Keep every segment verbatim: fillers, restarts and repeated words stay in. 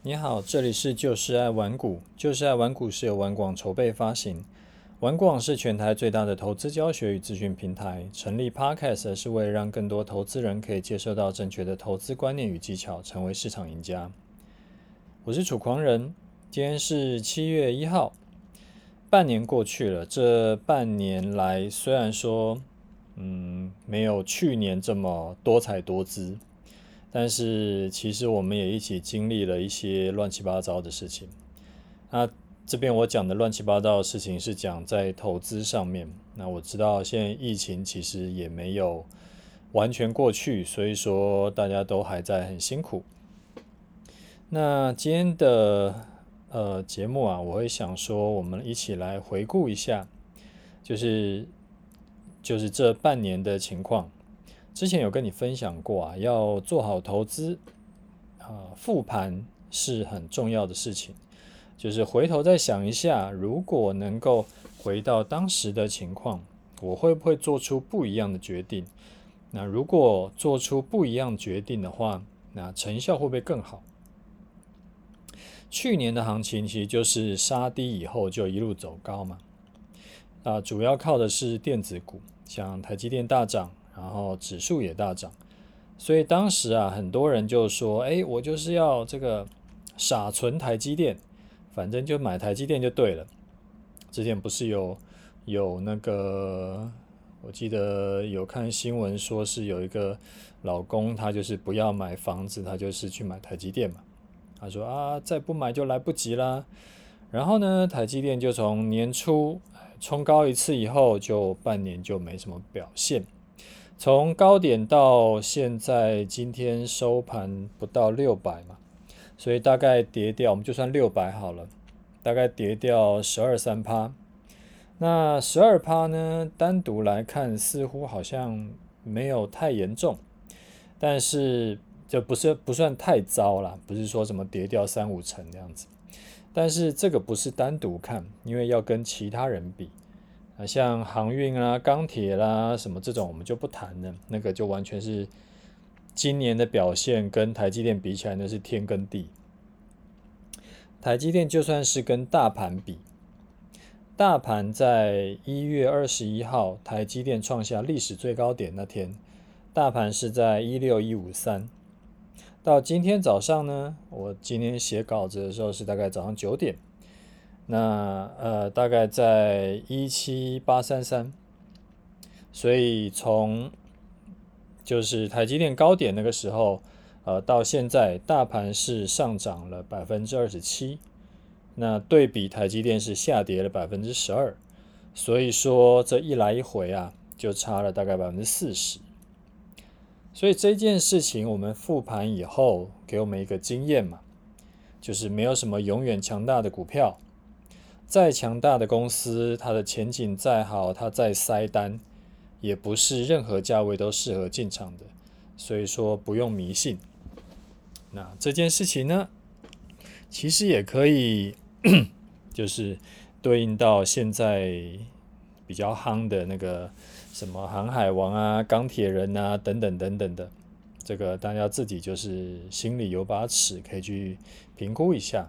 你好，这里是就是爱玩股，就是爱玩股是由玩广筹备发行。玩广是全台最大的投资教学与资讯平台，成立 Podcast 是为了让更多投资人可以接受到正确的投资观念与技巧，成为市场赢家。我是楚狂人，今天是七月一号，半年过去了，这半年来虽然说，嗯，没有去年这么多彩多姿。但是其实我们也一起经历了一些乱七八糟的事情。那这边我讲的乱七八糟的事情是讲在投资上面。那我知道现在疫情其实也没有完全过去，所以说大家都还在很辛苦。那今天的呃节目啊，我会想说我们一起来回顾一下，就是就是这半年的情况。之前有跟你分享过啊，要做好投资啊，复盘是很重要的事情。就是回头再想一下，如果能够回到当时的情况，我会不会做出不一样的决定？那如果做出不一样决定的话，那成效会不会更好？去年的行情其实就是杀低以后就一路走高嘛，啊，主要靠的是电子股，像台积电大涨，然后指数也大涨。所以当时啊，很多人就说：“哎，我就是要这个傻存台积电，反正就买台积电就对了。”之前不是有有那个，我记得有看新闻说是有一个老公，他就是不要买房子，他就是去买台积电嘛。他说啊，再不买就来不及啦。然后呢，台积电就从年初冲高一次以后，就半年就没什么表现。从高点到现在，今天收盘不到六百嘛，所以大概跌掉，我们就算六百好了，大概跌掉十二三趴。那十二趴呢，单独来看似乎好像没有太严重，但是就不是不算太糟啦，不是说什么跌掉三五成这样子。但是这个不是单独看，因为要跟其他人比。啊，像航运啊、钢铁啦什么这种我们就不谈了，那个就完全是今年的表现跟台积电比起来那是天跟地。台积电就算是跟大盘比，大盘在一月二十一号台积电创下历史最高点那天，大盘是在一六一五三，到今天早上呢，我今天写稿子的时候是大概早上九点。那呃，大概在一七八三三，所以从就是台积电高点那个时候，呃，到现在大盘是上涨了百分之二十七，那对比台积电是下跌了百分之十二，所以说这一来一回啊，就差了大概百分之四十。所以这件事情我们复盘以后，给我们一个经验嘛，就是没有什么永远强大的股票。再强大的公司，它的前景再好，它再塞单，也不是任何价位都适合进场的。所以说不用迷信。那这件事情呢，其实也可以就是对应到现在比较夯的那个什么航海王啊、钢铁人啊等等等等的，这个大家自己就是心里有把尺，可以去评估一下。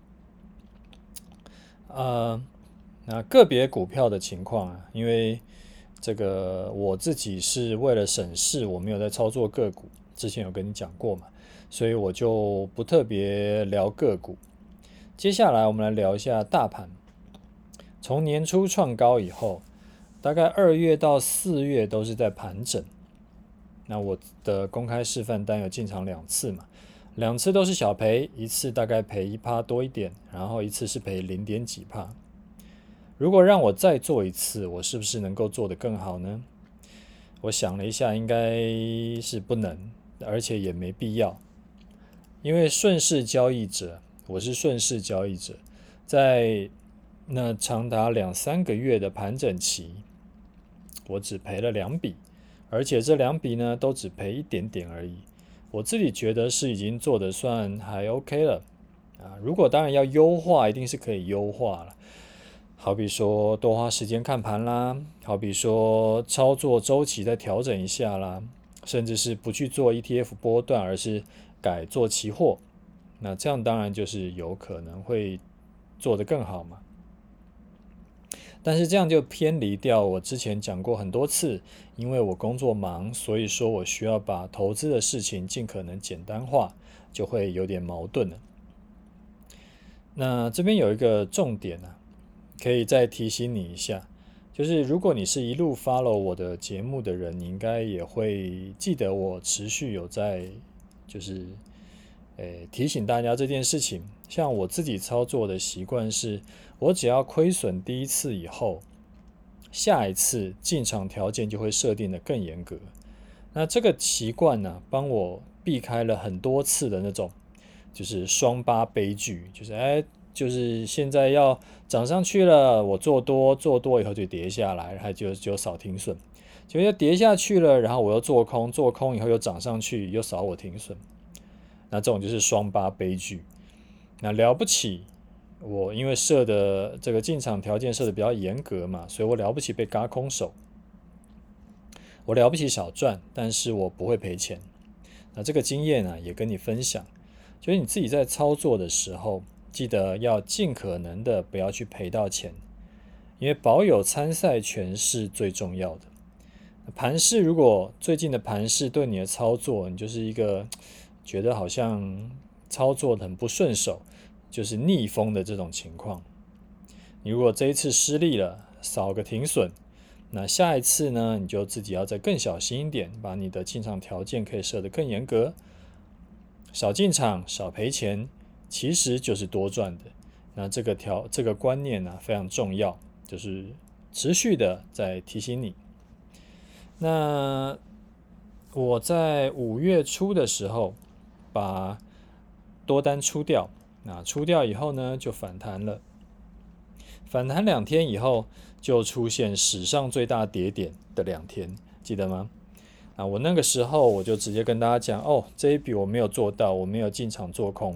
呃，那个别股票的情况啊，因为这个我自己是为了省事，我没有在操作个股，之前有跟你讲过嘛，所以我就不特别聊个股。接下来我们来聊一下大盘。从年初创高以后，大概二月到四月都是在盘整。那我的公开示范单有进场两次嘛，两次都是小赔，一次大概赔一趴多一点，然后一次是赔零点几趴。如果让我再做一次，我是不是能够做得更好呢？我想了一下，应该是不能，而且也没必要，因为顺势交易者，我是顺势交易者，在那长达两三个月的盘整期，我只赔了两笔，而且这两笔呢都只赔一点点而已。我自己觉得是已经做得算还 OK 了啊。如果当然要优化，一定是可以优化了。好比说多花时间看盘啦，好比说操作周期再调整一下啦，甚至是不去做 E T F 波段，而是改做期货。 那这样当然就是有可能会做得更好嘛。但是这样就偏离掉我之前讲过很多次，因为我工作忙，所以说我需要把投资的事情尽可能简单化，就会有点矛盾了。那这边有一个重点啊，可以再提醒你一下，就是如果你是一路 follow 我的节目的人，你应该也会记得我持续有在就是诶提醒大家这件事情。像我自己操作的习惯是，我只要亏损第一次以后，下一次进场条件就会设定的更严格。那这个习惯呢，帮我避开了很多次的那种就是双八悲剧，就是哎，就是现在要涨上去了，我做多做多以后就跌下来，然后就就扫停损，结果又跌下去了，然后我又做空，做空以后又涨上去，又扫我停损，那这种就是双八悲剧。那了不起，我因为设的这个进场条件设的比较严格嘛，所以我了不起被嘎空手，我了不起少赚，但是我不会赔钱。那这个经验呢，也跟你分享。就是你自己在操作的时候，记得要尽可能的不要去赔到钱，因为保有参赛权是最重要的。盘势如果最近的盘势对你的操作，你就是一个觉得好像操作很不顺手，就是逆风的这种情况，你如果这一次失利了，扫个停损，那下一次呢，你就自己要再更小心一点，把你的进场条件可以设得更严格。少进场，少赔钱，其实就是多赚的。那这个条这个观念呢、啊、非常重要，就是持续的在提醒你。那我在五月初的时候把多单出掉，那出掉以后呢就反弹了，反弹两天以后就出现史上最大跌点的两天，记得吗？啊，我那个时候我就直接跟大家讲，哦，这一笔我没有做到，我没有进场做空。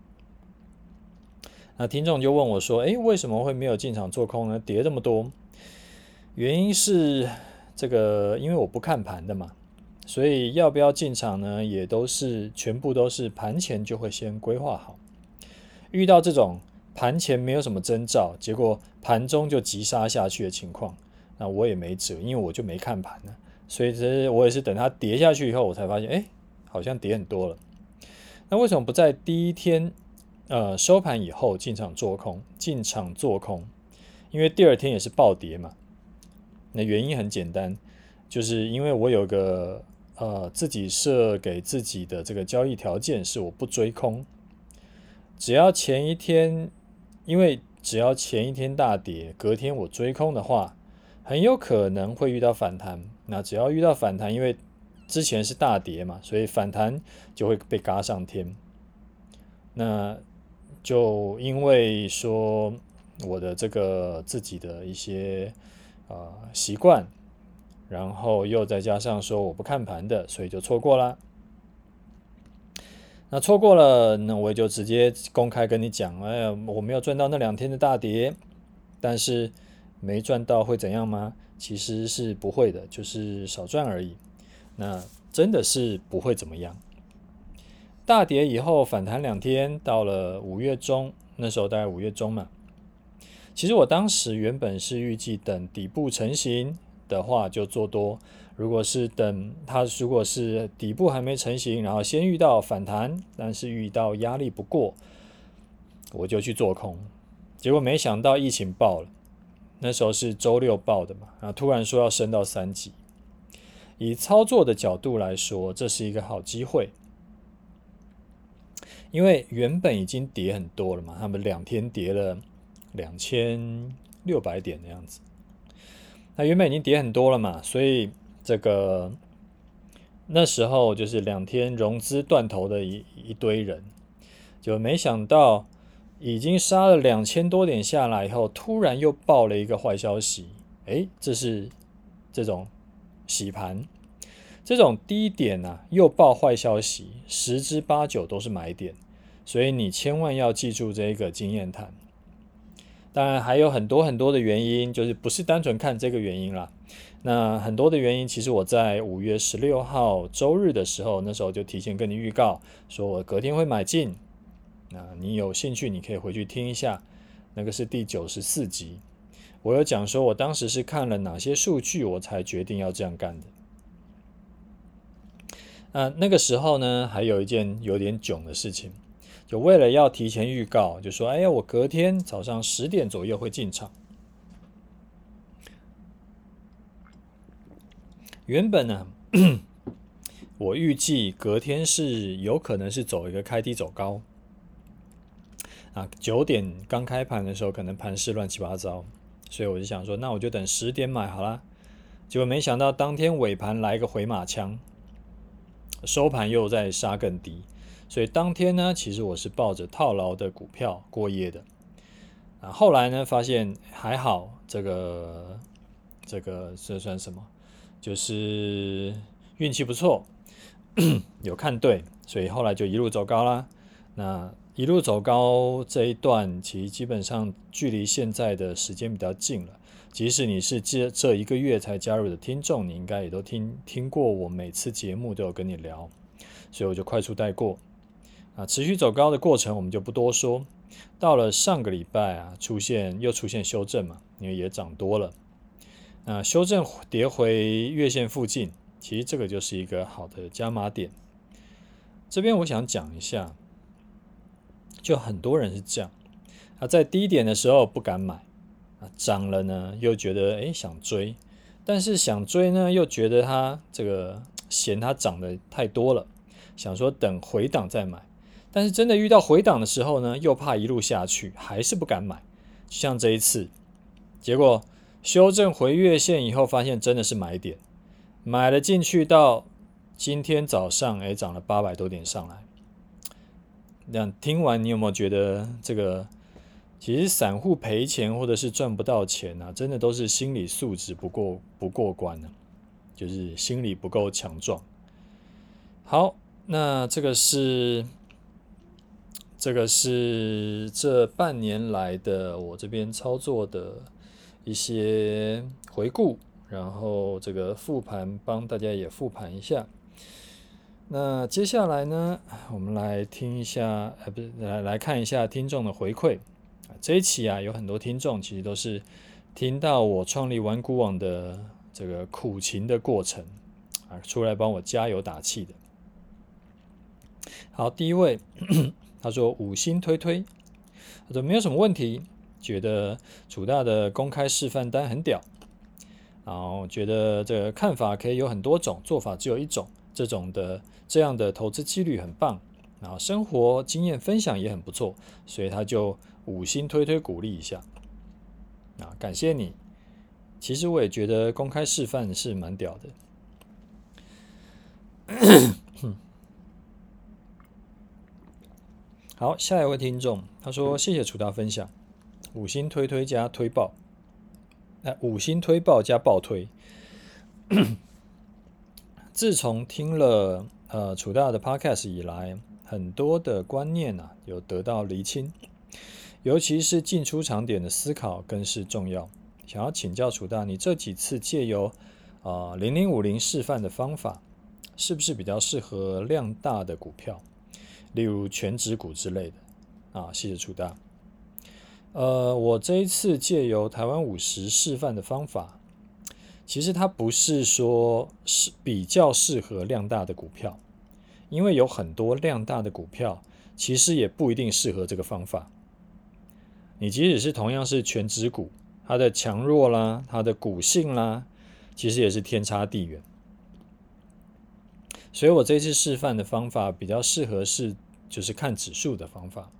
那听众就问我说，诶，为什么会没有进场做空呢？跌这么多，原因是这个，因为我不看盘的嘛，所以要不要进场呢，也都是全部都是盘前就会先规划好。遇到这种盘前没有什么征兆，结果盘中就急杀下去的情况，那我也没辙，因为我就没看盘呢。所以这我也是等它跌下去以后，我才发现，哎，好像跌很多了。那为什么不在第一天，呃，收盘以后进场做空？进场做空，因为第二天也是暴跌嘛。那原因很简单，就是因为我有个呃自己设给自己的这个交易条件是我不追空，只要前一天，因为只要前一天大跌，隔天我追空的话，很有可能会遇到反弹。那只要遇到反弹，因为之前是大跌嘛，所以反弹就会被嘎上天。那就因为说我的这个自己的一些呃习惯，然后又再加上说我不看盘的，所以就错过啦。那错过了，那我也就直接公开跟你讲，哎呀，我没有赚到那两天的大跌，但是没赚到会怎样吗？其实是不会的，就是少赚而已。那真的是不会怎么样。大跌以后反弹两天，到了五月中，那时候大概五月中嘛。其实我当时原本是预计等底部成型的话就做多，如果是等它如果是底部还没成型，然后先遇到反弹，但是遇到压力不过，我就去做空。结果没想到疫情爆了。那时候是周六报的嘛，啊，突然说要升到三级。以操作的角度来说，这是一个好机会，因为原本已经跌很多了嘛，他们两天跌了两千六百点的样子，那原本已经跌很多了嘛，所以这个那时候就是两天融资断头的一一堆人，就没想到。已经杀了两千多点下来以后，突然又爆了一个坏消息，诶，这是这种洗盘，这种低点啊又爆坏消息，十之八九都是买点，所以你千万要记住这个经验谈。当然还有很多很多的原因，就是不是单纯看这个原因啦。那很多的原因，其实我在五月十六号周日的时候，那时候就提前跟你预告，说我隔天会买进。 那你有兴趣，你可以回去听一下，那个是第九十四集。我有讲说我当时是看了哪些数据，我才决定要这样干的。那那个时候呢，还有一件有点囧的事情，就为了要提前预告，就说哎呀，我隔天早上十点左右会进场。原本呢，我预计隔天是有可能是走一个开低走高，啊，九点刚开盘的时候可能盘势乱七八糟，所以我就想说，那我就等十点买好啦。结果没想到当天尾盘来个回马枪，收盘又再杀更低，所以当天呢，其实我是抱着套牢的股票过夜的。啊，后来呢发现还好，这个这个这算什么？就是运气不错，有看对，所以后来就一路走高啦。那一路走高这一段，其实基本上距离现在的时间比较近了。即使你是这这一个月才加入的听众，你应该也都听听过我每次节目都有跟你聊，所以我就快速带过。啊，持续走高的过程我们就不多说。到了上个礼拜啊，出现又出现修正嘛，因为也涨多了。那修正跌回月线附近，其实这个就是一个好的加码点。这边我想讲一下，就很多人是这样，他在低点的时候不敢买，涨了呢又觉得哎想追，但是想追呢又觉得它这个嫌它涨得太多了，想说等回档再买，但是真的遇到回档的时候呢，又怕一路下去，还是不敢买。像这一次，结果修正回月线以后，发现真的是买点，买了进去到今天早上，哎，涨了八百多点上来。这样听完，你有没有觉得这个其实散户赔钱或者是赚不到钱啊，真的都是心理素质不过不过关呢、啊，就是心理不够强壮。好，那这个是这个是这半年来的我这边操作的一些回顾，然后这个复盘帮大家也复盘一下。那接下来呢，我们来听一下，呃，不是来来看一下听众的回馈。这一期啊，有很多听众其实都是听到我创立玩股网的这个苦情的过程啊，出来帮我加油打气的。好，第一位，他说五星推推，他说没有什么问题，觉得楚大的公开示范单很屌，然后觉得这个看法可以有很多种，做法只有一种，这种的这样的投资纪律很棒，然后生活经验分享也很不错，所以他就五星推推鼓励一下，啊，感谢你。其实我也觉得公开示范是蛮屌的。好，下一位听众，他说谢谢楚大分享，五星推推加推爆，哎，五星推爆加爆推。自从听了呃楚大的 podcast 以来，很多的观念啊有得到厘清，尤其是进出场点的思考更是重要。想要请教楚大，你这几次借由啊零零五零示范的方法，是不是比较适合量大的股票？例如全指股之类的啊，谢谢楚大。呃，我这一次借由台湾五十示范的方法，其实它不是说是比较适合量大的股票，因为有很多量大的股票，其实也不一定适合这个方法。你即使是同样是全指股，它的强弱啦，它的股性啦，其实也是天差地远。所以我这次示范的方法比较适合是就是看指数的方法。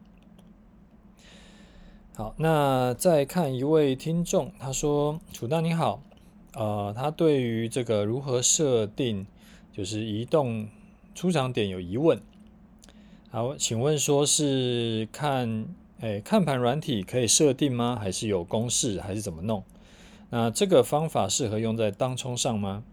好，那再看一位听众，他说：“楚大你好，呃，他对于这个如何设定就是移动出场点有疑问。好，请问说是看诶看盘软体可以设定吗？还是有公式，还是怎么弄？那这个方法适合用在当冲上吗？”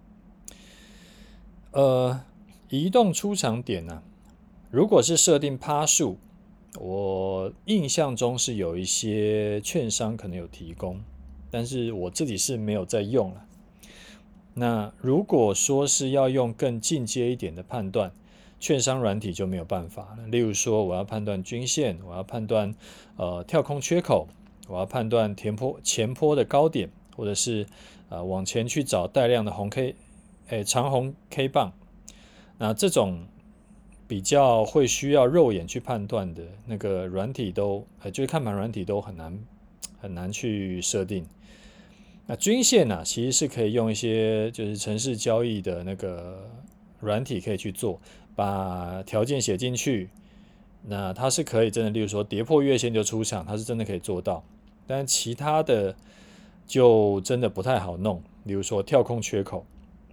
呃，移动出场点呢、啊，如果是设定趴数，我印象中是有一些券商可能有提供，但是我自己是没有在用了。那如果说是要用更进阶一点的判断， 券商软体就没有办法了。例如说，我要判断均线，我要判断呃跳空缺口，我要判断前坡前坡的高点，或者是呃往前去找带量的红 K， 诶长红 K 棒。那这种比较会需要肉眼去判断的那个软体都，呃就是看盘软体都很难很难去设定。那均线呢、啊，其实是可以用一些就是程式交易的那个软体可以去做，把条件写进去，那它是可以真的，例如说跌破月线就出场，它是真的可以做到。但其他的就真的不太好弄，例如说跳空缺口，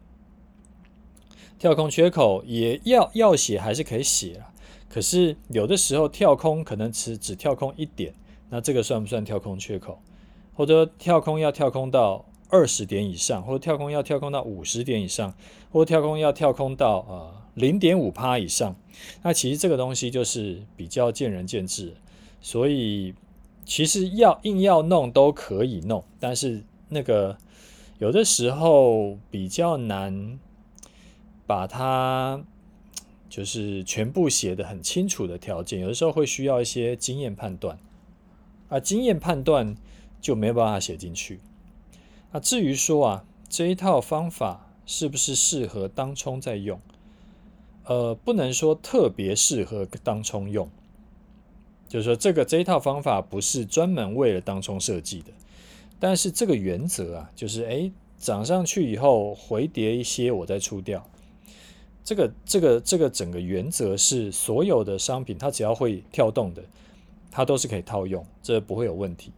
跳空缺口也要要写还是可以写啦，可是有的时候跳空可能只只跳空一点，那这个算不算跳空缺口？或者跳空要跳空到二十点以上，或者跳空要跳空到五十点以上，或者跳空要跳空到呃零点五趴以上，那其实这个东西就是比较见仁见智，所以其实要硬要弄都可以弄，但是那个有的时候比较难把它就是全部写得很清楚的条件，有的时候会需要一些经验判断，啊，经验判断就没有办法写进去。那至于说啊，这一套方法是不是适合当冲在用？呃，不能说特别适合当冲用，就是说这个这一套方法不是专门为了当冲设计的。但是这个原则啊，就是哎，涨上去以后回跌一些，我再出掉。这个这个这个整个原则是所有的商品，它只要会跳动的，它都是可以套用，这不会有问题。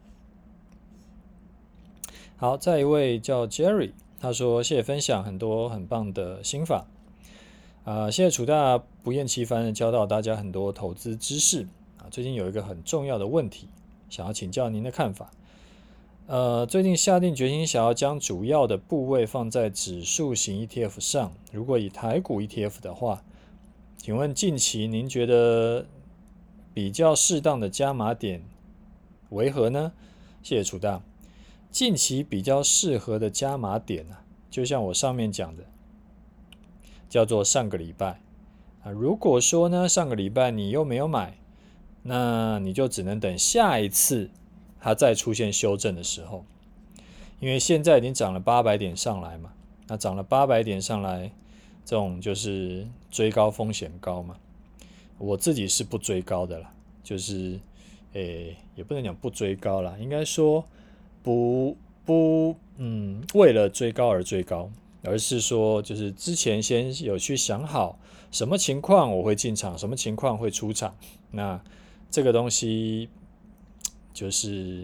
好，再一位叫 Jerry， 他说谢谢分享很多很棒的心法，啊、呃，谢谢楚大不厌其烦的教导大家很多投资知识啊。最近有一个很重要的问题，想要请教您的看法。呃，最近下定决心想要将主要的部位放在指数型 E T F 上，如果以台股 E T F 的话，请问近期您觉得比较适当的加码点为何呢？谢谢楚大。近期比较适合的加码点啊，就像我上面讲的，叫做上个礼拜啊。如果说呢，上个礼拜你又没有买，那你就只能等下一次它再出现修正的时候，因为现在已经涨了八百点上来嘛，那涨了八百点上来，这种就是追高风险高嘛。我自己是不追高的啦，就是诶，也不能讲不追高啦，应该说。不不，嗯，为了追高而追高，而是说，就是之前先有去想好什么情况我会进场，什么情况会出场。那这个东西就是，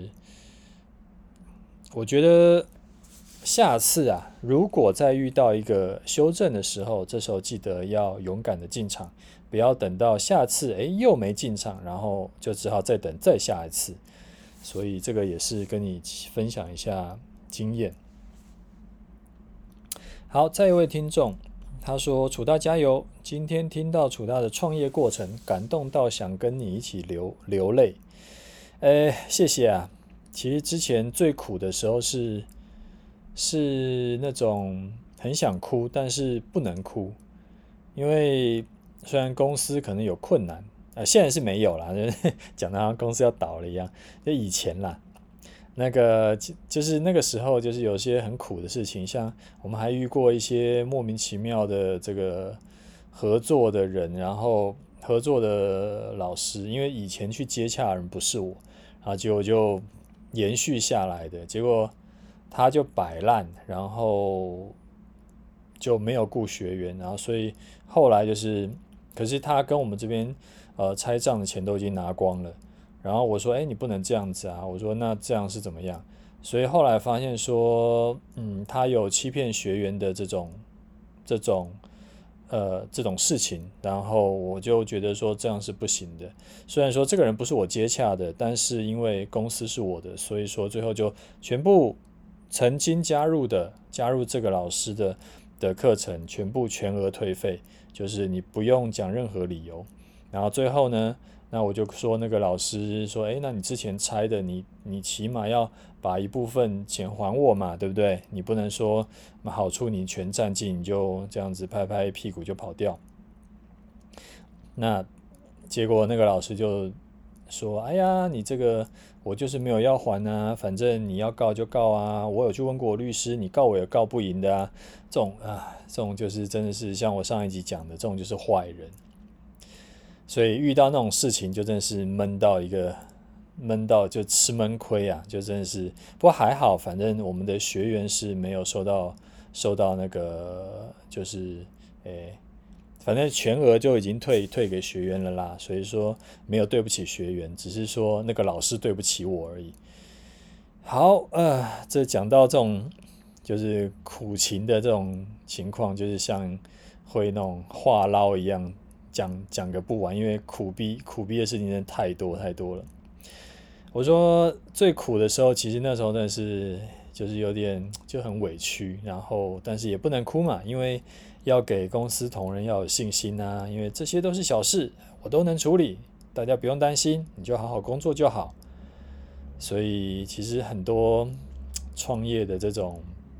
我觉得下次啊，如果再遇到一个修正的时候，这时候记得要勇敢的进场，不要等到下次，哎，又没进场，然后就只好再等再下一次。所以这个也是跟你分享一下经验。好，再一位听众，他说：“楚大加油！今天听到楚大的创业过程，感动到想跟你一起流流泪。哎，谢谢啊！其实之前最苦的时候是是那种很想哭，但是不能哭，因为虽然公司可能有困难。”呃，现在是没有啦，讲的好像公司要倒了一样。就以前啦，那个就是那个时候，就是有些很苦的事情，像我们还遇过一些莫名其妙的这个合作的人，然后合作的老师，因为以前去接洽的人不是我，然后结果就延续下来的，结果他就摆烂，然后就没有雇学员，然后所以后来就是，可是他跟我们这边。呃，拆账的钱都已经拿光了，然后我说，哎，你不能这样子啊，我说那这样是怎么样？所以后来发现说，嗯，他有欺骗学员的这种这种呃这种事情，然后我就觉得说这样是不行的。虽然说这个人不是我接洽的，但是因为公司是我的，所以说最后就全部曾经加入的加入这个老师的的课程，全部全额退费，就是你不用讲任何理由。然后最后呢，那我就说那个老师说，哎，那你之前拆的，你你起码要把一部分钱还我嘛，对不对？你不能说好处你全占尽，你就这样子拍拍屁股就跑掉。 那结果那个老师就说：“哎呀，你这个我就是没有要还啊，反正你要告就告啊，我有去问过我律师，你告我也告不赢的啊。”这种啊，这种就是真的是像我上一集讲的，这种就是坏人。所以遇到那种事情，就真的是闷到一个闷到就吃闷亏啊，就真的是。不过还好，反正我们的学员是没有收到收到那个就是诶。反正全额就已经退退给学员了啦，所以说没有对不起学员，只是说那个老师对不起我而已。好，呃，这讲到这种就是苦情的这种情况，就是像会那种话唠一样，讲讲个不完，因为苦逼苦逼的事情真的太多太多了。我说最苦的时候，其实那时候真的是就是有点就很委屈，然后但是也不能哭嘛，因为要给公司同仁要有信心啊，因为这些都是小事，我都能处理，大家不用担心，你就好好工作就好。所以其实很多创业的这种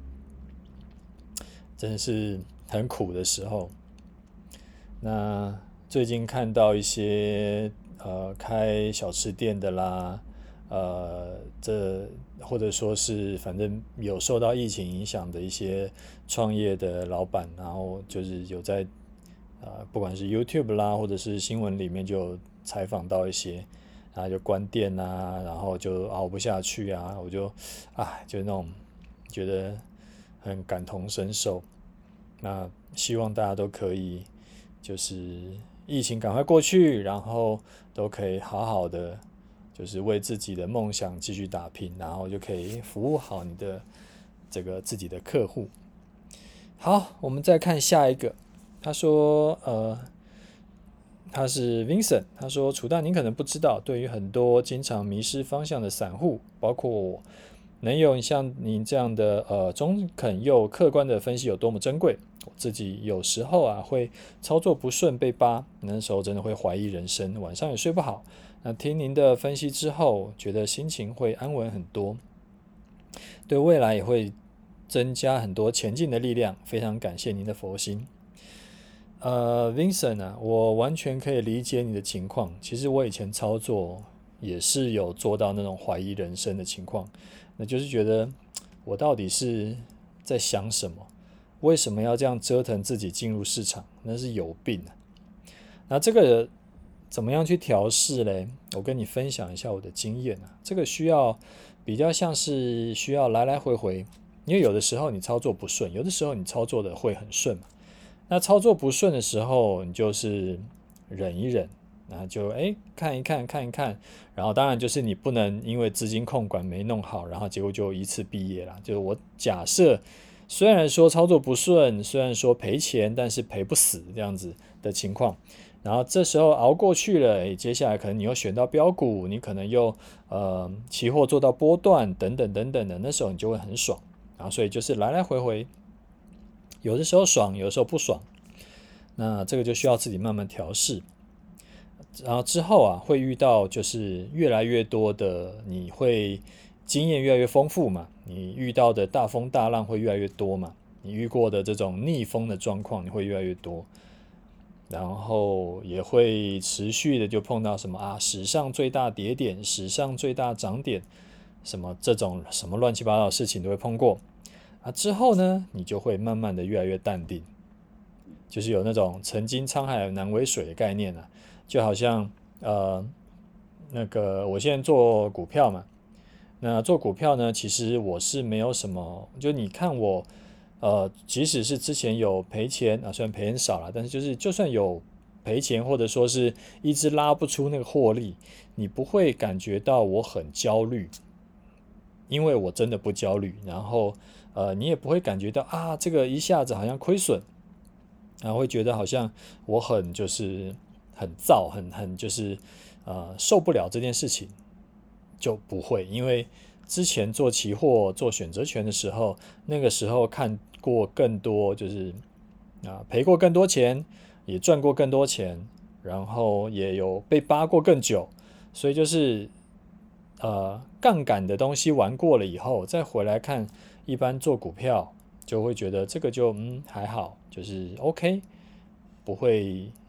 真的是很苦的时候。那最近看到一些呃开小吃店的啦，呃这或者说是反正有受到疫情影响的一些创业的老板，然后就是有在呃不管是 YouTube 啦，或者是新闻里面就有采访到一些，然后就关店啊，然后就熬不下去啊，我就啊就那种觉得很感同身受。那希望大家都可以就是疫情赶快过去，然后都可以好好的，就是为自己的梦想继续打拼，然后就可以服务好你的这个自己的客户。好，我们再看下一个，他说，呃，他是 Vincent，他说，楚大，您可能不知道，对于很多经常迷失方向的散户，包括我，能有像您这样的呃中肯又客观的分析有多么珍贵。我自己有时候啊会操作不顺被扒，那时候真的会怀疑人生，晚上也睡不好。那听您的分析之后，觉得心情会安稳很多，对未来也会增加很多前进的力量。非常感谢您的佛心。呃，Vincent 啊，我完全可以理解你的情况。其实我以前操作也是有做到那种怀疑人生的情况，那就是觉得我到底是在想什么？为什么要这样折腾自己进入市场？那是有病啊！那这个怎么样去调试嘞？我跟你分享一下我的经验啊。这个需要比较像是需要来来回回，因为有的时候你操作不顺，有的时候你操作的会很顺嘛。那操作不顺的时候，你就是忍一忍，然后就哎看一看看一看，然后当然就是你不能因为资金控管没弄好，然后结果就一次毕业了。就是我假设，虽然说操作不顺，虽然说赔钱，但是赔不死这样子的情况。然后这时候熬过去了，诶接下来可能你又选到标股，你可能又呃期货做到波段等等等等的，那时候你就会很爽。然后所以就是来来回回。有的时候爽，有的时候不爽，那这个就需要自己慢慢调试。然后之后啊，会遇到就是越来越多的，你会经验越来越丰富嘛，你遇到的大风大浪会越来越多嘛，你遇过的这种逆风的状况你会越来越多，然后也会持续的就碰到什么啊，史上最大跌点，史上最大涨点，什么这种什么乱七八糟的事情都会碰过。啊，之后呢，你就会慢慢的越来越淡定，就是有那种曾经沧海难为水的概念啊，就好像呃那个我现在做股票嘛，那做股票呢，其实我是没有什么，就你看我呃，即使是之前有赔钱啊，虽然赔很少了，但是就是就算有赔钱，或者说是一直拉不出那个获利，你不会感觉到我很焦虑，因为我真的不焦虑，然后呃，你也不会感觉到啊，这个一下子好像亏损，然后会觉得好像我很就是很燥，很很就是呃受不了这件事情，就不会，因为之前做期货做选择权的时候，那个时候看过更多，就是啊赔过更多钱，也赚过更多钱，然后也有被扒过更久，所以就是呃杠杆的东西玩过了以后，再回来看一般做股票，就会觉得这个就嗯还好，就是 OK，不会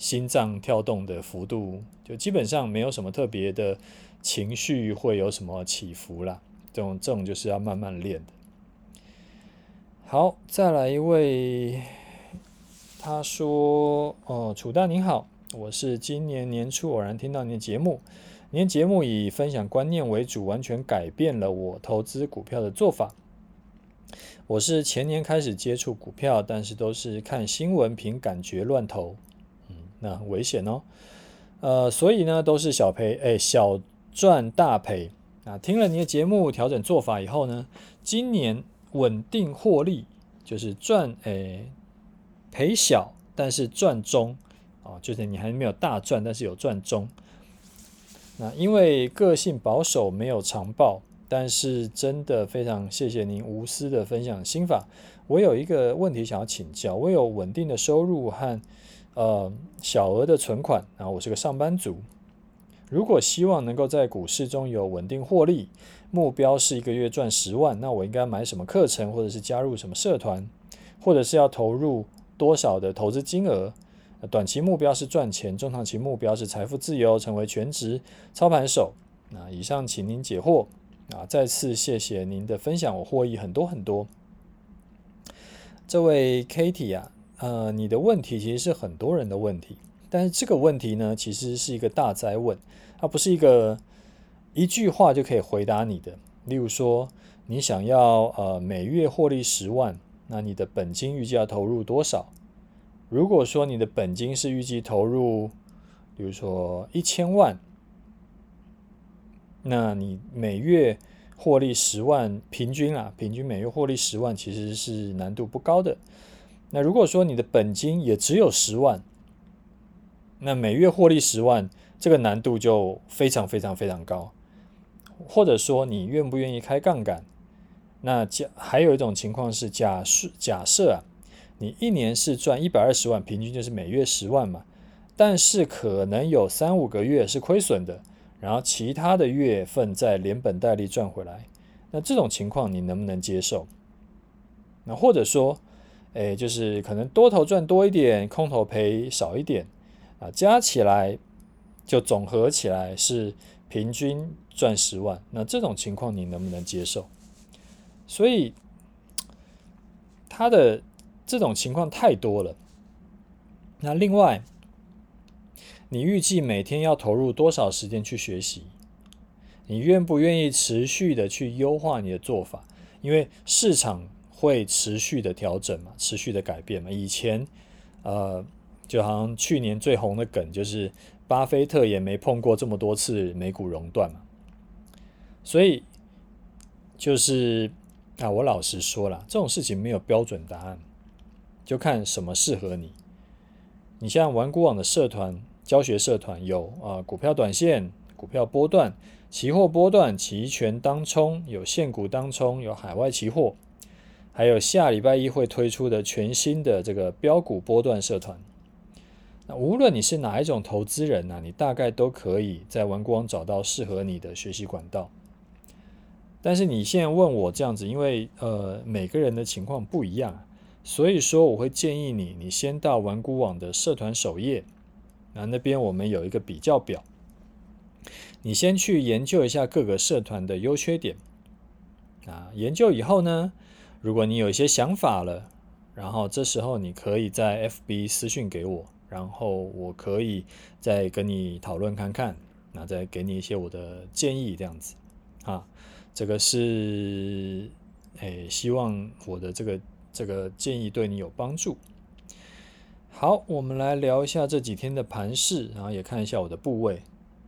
心脏跳动的幅度，就基本上没有什么特别的情绪会有什么起伏啦。这种这种就是要慢慢练的。好，再来一位，他说：“哦，楚大您好，我是今年年初偶然听到您的节目，您的节目以分享观念为主，完全改变了我投资股票的做法。我是前年开始接触股票，但是都是看新闻凭感觉乱投，嗯，那很危险哦。呃，所以呢，都是小赔，哎，小赚大赔。啊，听了您的节目，调整做法以后呢，今年稳定获利，就是赚，哎，赔小，但是赚中，哦，就是你还没有大赚，但是有赚中。那因为个性保守，没有长报。”但是真的非常谢谢您无私的分享心法。我有一个问题想要请教，我有稳定的收入和呃小额的存款，然后我是个上班族。如果希望能够在股市中有稳定获利，目标是一个月赚十万，那我应该买什么课程，或者是加入什么社团，或者是要投入多少的投资金额？短期目标是赚钱，中长期目标是财富自由，成为全职操盘手。那以上请您解惑。啊，再次谢谢您的分享，我获益很多很多。这位 Katie 啊，呃，你的问题其实是很多人的问题，但是这个问题呢，其实是一个大哉问，它不是一个一句话就可以回答你的。例如说，你想要呃每月获利十万，那你的本金预计要投入多少？如果说你的本金是预计投入，比如说一千万。那你每月获利十万，平均啊，平均每月获利十万，其实是难度不高的。那如果说你的本金也只有十万，那每月获利十万，这个难度就非常非常非常高。或者说你愿不愿意开杠杆？那假还有一种情况是假设假设啊，你一年是赚一百二十万，平均就是每月十万嘛，但是可能有三五个月是亏损的。然后其他的月份再连本带利赚回来，那这种情况你能不能接受？那或者说，哎，就是可能多头赚多一点，空头赔少一点，啊，加起来就总和起来是平均赚十万，那这种情况你能不能接受？所以他的这种情况太多了。那另外，你预计每天要投入多少时间去学习？你愿不愿意持续的去优化你的做法？因为市场会持续的调整嘛，持续的改变嘛。以前，呃，就好像去年最红的梗就是巴菲特也没碰过这么多次美股熔断嘛。所以，就是啊，我老实说啦，这种事情没有标准答案，就看什么适合你。你像玩股网的社团。教学社团有啊、呃，股票短线、股票波段、期货波段、期权当冲，有现股当冲，有海外期货，还有下礼拜一会推出的全新的这个标股波段社团。那无论你是哪一种投资人啊，你大概都可以在玩股网找到适合你的学习管道。但是你现在问我这样子，因为呃每个人的情况不一样，所以说我会建议你，你先到玩股网的社团首页。那那边我们有一个比较表，你先去研究一下各个社团的优缺点。啊，研究以后呢，如果你有一些想法了，然后这时候你可以在 F B 私讯给我，然后我可以再跟你讨论看看，那再给你一些我的建议，这样子。啊，这个是，诶，希望我的这个这个建议对你有帮助。好，我们来聊一下这几天的盘势，然后也看一下我的部位。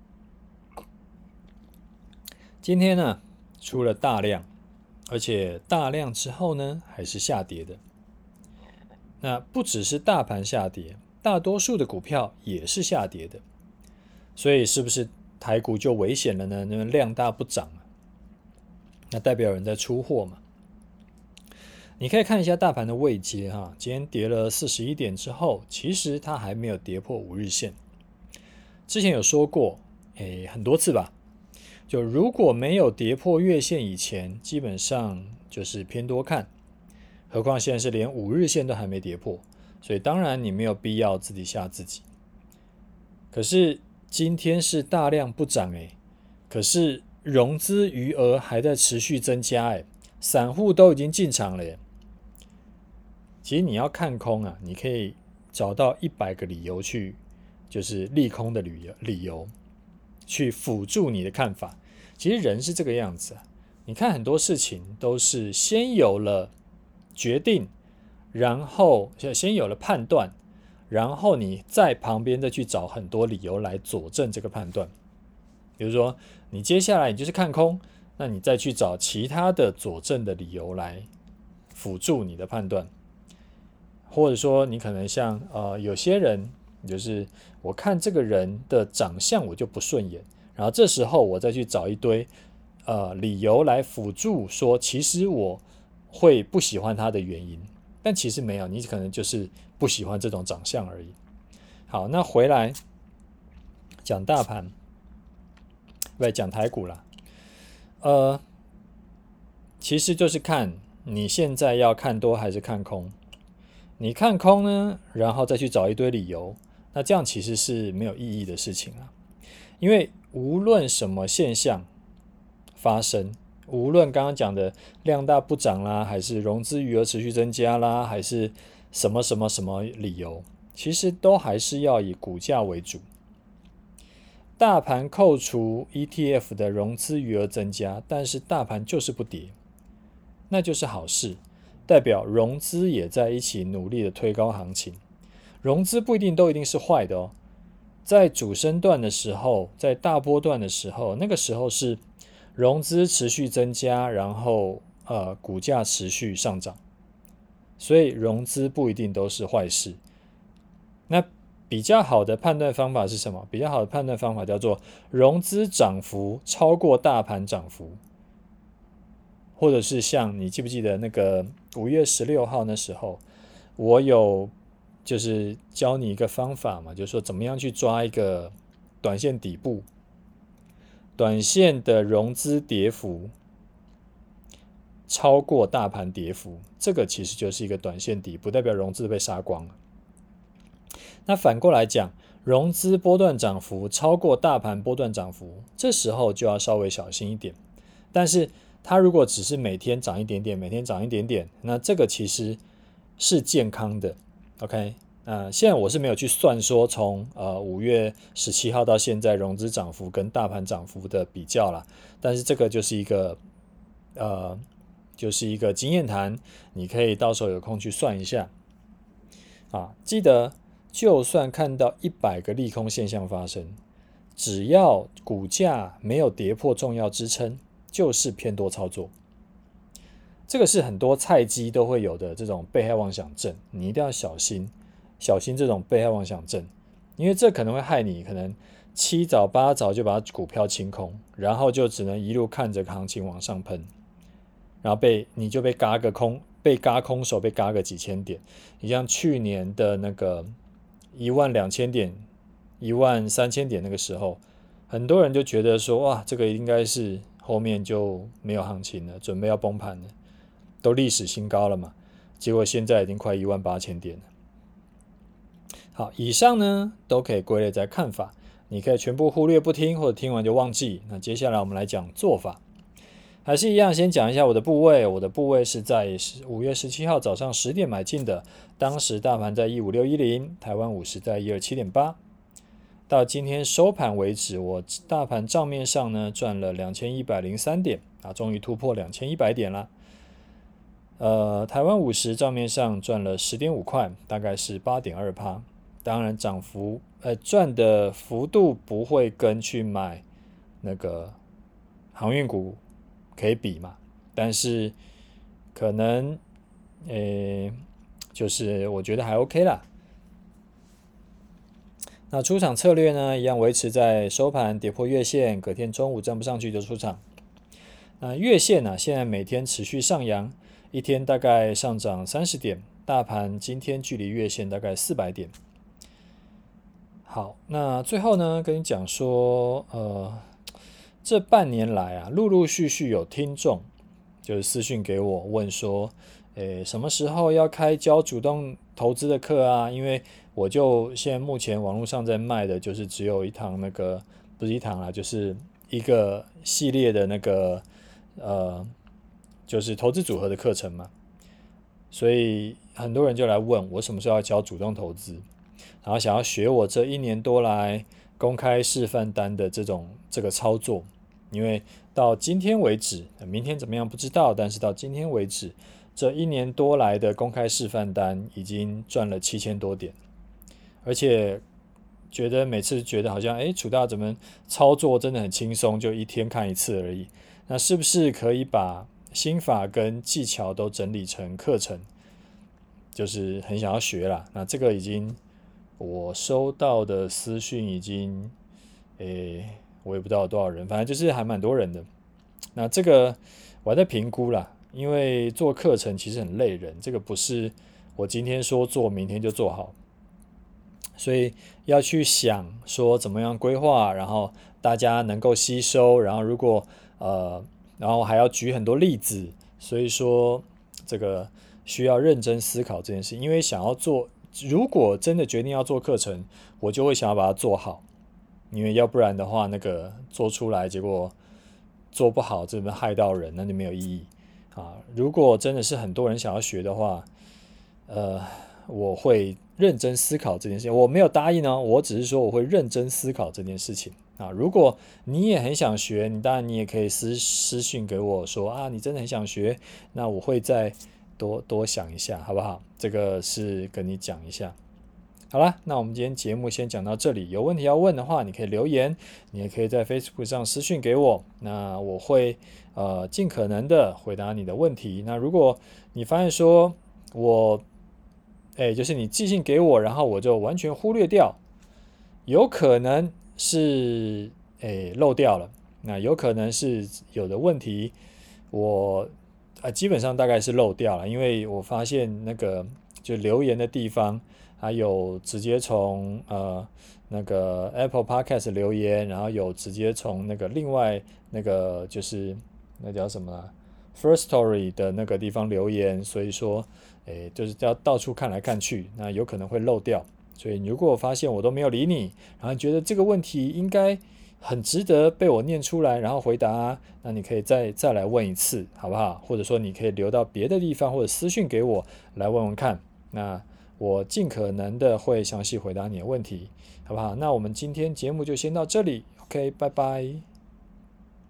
今天呢，出了大量，而且大量之后呢，还是下跌的。那不只是大盘下跌，大多数的股票也是下跌的。所以是不是台股就危险了呢？因为量大不涨，那代表有人在出货嘛。你可以看一下大盘的位阶哈，今天跌了四十一点之后，其实它还没有跌破五日线。之前有说过，诶，很多次吧，就如果没有跌破月线以前，基本上就是偏多看。何况现在是连五日线都还没跌破，所以当然你没有必要自己吓自己。 可是今天是大量不涨诶，可是融资余额还在持续增加诶，散户都已经进场了耶。其实你要看空啊，你可以找到一百个理由去，就是利空的理由理由去辅助你的看法。其实人是这个样子啊，你看很多事情都是先有了决定，然后先有了判断，然后你在旁边再去找很多理由来佐证这个判断。比如说你接下来你就是看空，那你再去找其他的佐证的理由来辅助你的判断。或者说你可能像呃有些人就是我看这个人的长相我就不顺眼，然后这时候我再去找一堆呃理由来辅助说其实我会不喜欢他的原因，但其实没有，你可能就是不喜欢这种长相而已。好，那回来讲大盘，不讲台股啦，呃，其实就是看你现在要看多还是看空。你看空呢，然后再去找一堆理由，那这样其实是没有意义的事情啊。因为无论什么现象发生，无论刚刚讲的量大不涨啦，还是融资余额持续增加啦，还是什么什么什么理由，其实都还是要以股价为主。大盘扣除 E T F 的融资余额增加，但是大盘就是不跌，那就是好事，代表融资也在一起努力的推高行情。融资不一定都一定是坏的哦，在主升段的时候，在大波段的时候，那个时候是融资持续增加，然后呃股价持续上涨，所以融资不一定都是坏事。那比较好的判断方法是什么？比较好的判断方法叫做融资涨幅超过大盘涨幅，或者是像你记不记得那个五月十六号那时候，我有就是教你一个方法嘛，就是说怎么样去抓一个短线底部，短线的融资跌幅超过大盘跌幅，这个其实就是一个短线底部，代表融资被杀光了。那反过来讲，融资波段涨幅超过大盘波段涨幅，这时候就要稍微小心一点。但是它如果只是每天涨一点点，每天涨一点点，那这个其实是健康的。OK， 呃，现在我是没有去算说从呃五月十七号到现在融资涨幅跟大盘涨幅的比较啦，但是这个就是一个呃就是一个经验谈，你可以到时候有空去算一下啊，记得。就算看到一百个利空现象发生，只要股价没有跌破重要支撑，就是偏多操作。这个是很多菜鸡都会有的这种被害妄想症，你一定要小心，小心这种被害妄想症，因为这可能会害你，可能七早八早就把股票清空，然后就只能一路看着行情往上喷，然后被你就被嘎个空，被嘎空手，被嘎个几千点。你像去年的那个一万两千点、一万三千点那个时候，很多人就觉得说，哇，这个应该是后面就没有行情了，准备要崩盘了，都历史新高了嘛。结果现在已经快一万八千点了。好，以上呢都可以归类在看法，你可以全部忽略不听，或者听完就忘记。那接下来我们来讲做法。还是一样，先讲一下我的部位。我的部位是在五月十七号早上十点买进的，当时大盘在一五六一零，台湾五十在一二七点八。到今天收盘为止，我大盘账面上呢赚了两千一百零三点啊，终于突破两千一百点了。呃，台湾五十账面上赚了十点五块，大概是八点二趴。当然涨幅呃赚的幅度不会跟去买那个航运股可以比嘛，但是可能诶，就是我觉得还 OK 啦。那出场策略呢，一样维持在收盘跌破月线，隔天中午站不上去就出场。那月线呢、啊，现在每天持续上扬，一天大概上涨三十点，大盘今天距离月线大概四百点。好，那最后呢，跟你讲说，呃。这半年来啊，陆陆续续有听众就是私讯给我问说，诶，什么时候要开教主动投资的课啊，因为我就现在目前网络上在卖的就是只有一堂那个不是一堂啦，就是一个系列的那个呃，就是投资组合的课程嘛，所以很多人就来问我什么时候要教主动投资，然后想要学我这一年多来公开示范单的这种这个操作，因为到今天为止，明天怎么样不知道，但是到今天为止，这一年多来的公开示范单已经赚了七千多点，而且觉得每次觉得好像，哎，楚大怎么操作真的很轻松，就一天看一次而已。那是不是可以把心法跟技巧都整理成课程？就是很想要学啦。那这个已经我收到的私讯已经，诶，我也不知道有多少人，反正就是还蛮多人的。那这个我还在评估啦，因为做课程其实很累人，这个不是我今天说做，明天就做好，所以要去想说怎么样规划，然后大家能够吸收，然后如果呃，然后还要举很多例子，所以说这个需要认真思考这件事，因为想要做，如果真的决定要做课程，我就会想要把它做好，因为要不然的话，那个做出来结果做不好，这边害到人，那就没有意义啊。如果真的是很多人想要学的话，呃，我会认真思考这件事情。我没有答应哦，我只是说我会认真思考这件事情啊。如果你也很想学，你当然你也可以私私讯给我说啊，你真的很想学，那我会再多多想一下，好不好？这个是跟你讲一下。好啦，那我们今天节目先讲到这里。有问题要问的话，你可以留言，你也可以在 Facebook 上私讯给我，那我会呃尽可能的回答你的问题。那如果你发现说我哎，就是你寄信给我，然后我就完全忽略掉，有可能是哎漏掉了，那有可能是有的问题，我啊基本上大概是漏掉了，因为我发现那个就留言的地方，还有直接从呃那个 Apple Podcast 留言，然后有直接从那个另外那个就是那叫什么啊 First Story 的那个地方留言，所以说。诶，就是要到处看来看去，那有可能会漏掉。所以如果我发现我都没有理你，然后觉得这个问题应该很值得被我念出来，然后回答，那你可以再再来问一次，好不好？或者说你可以留到别的地方或者私讯给我来问问看，那我尽可能的会详细回答你的问题，好不好？那我们今天节目就先到这里，OK，拜拜。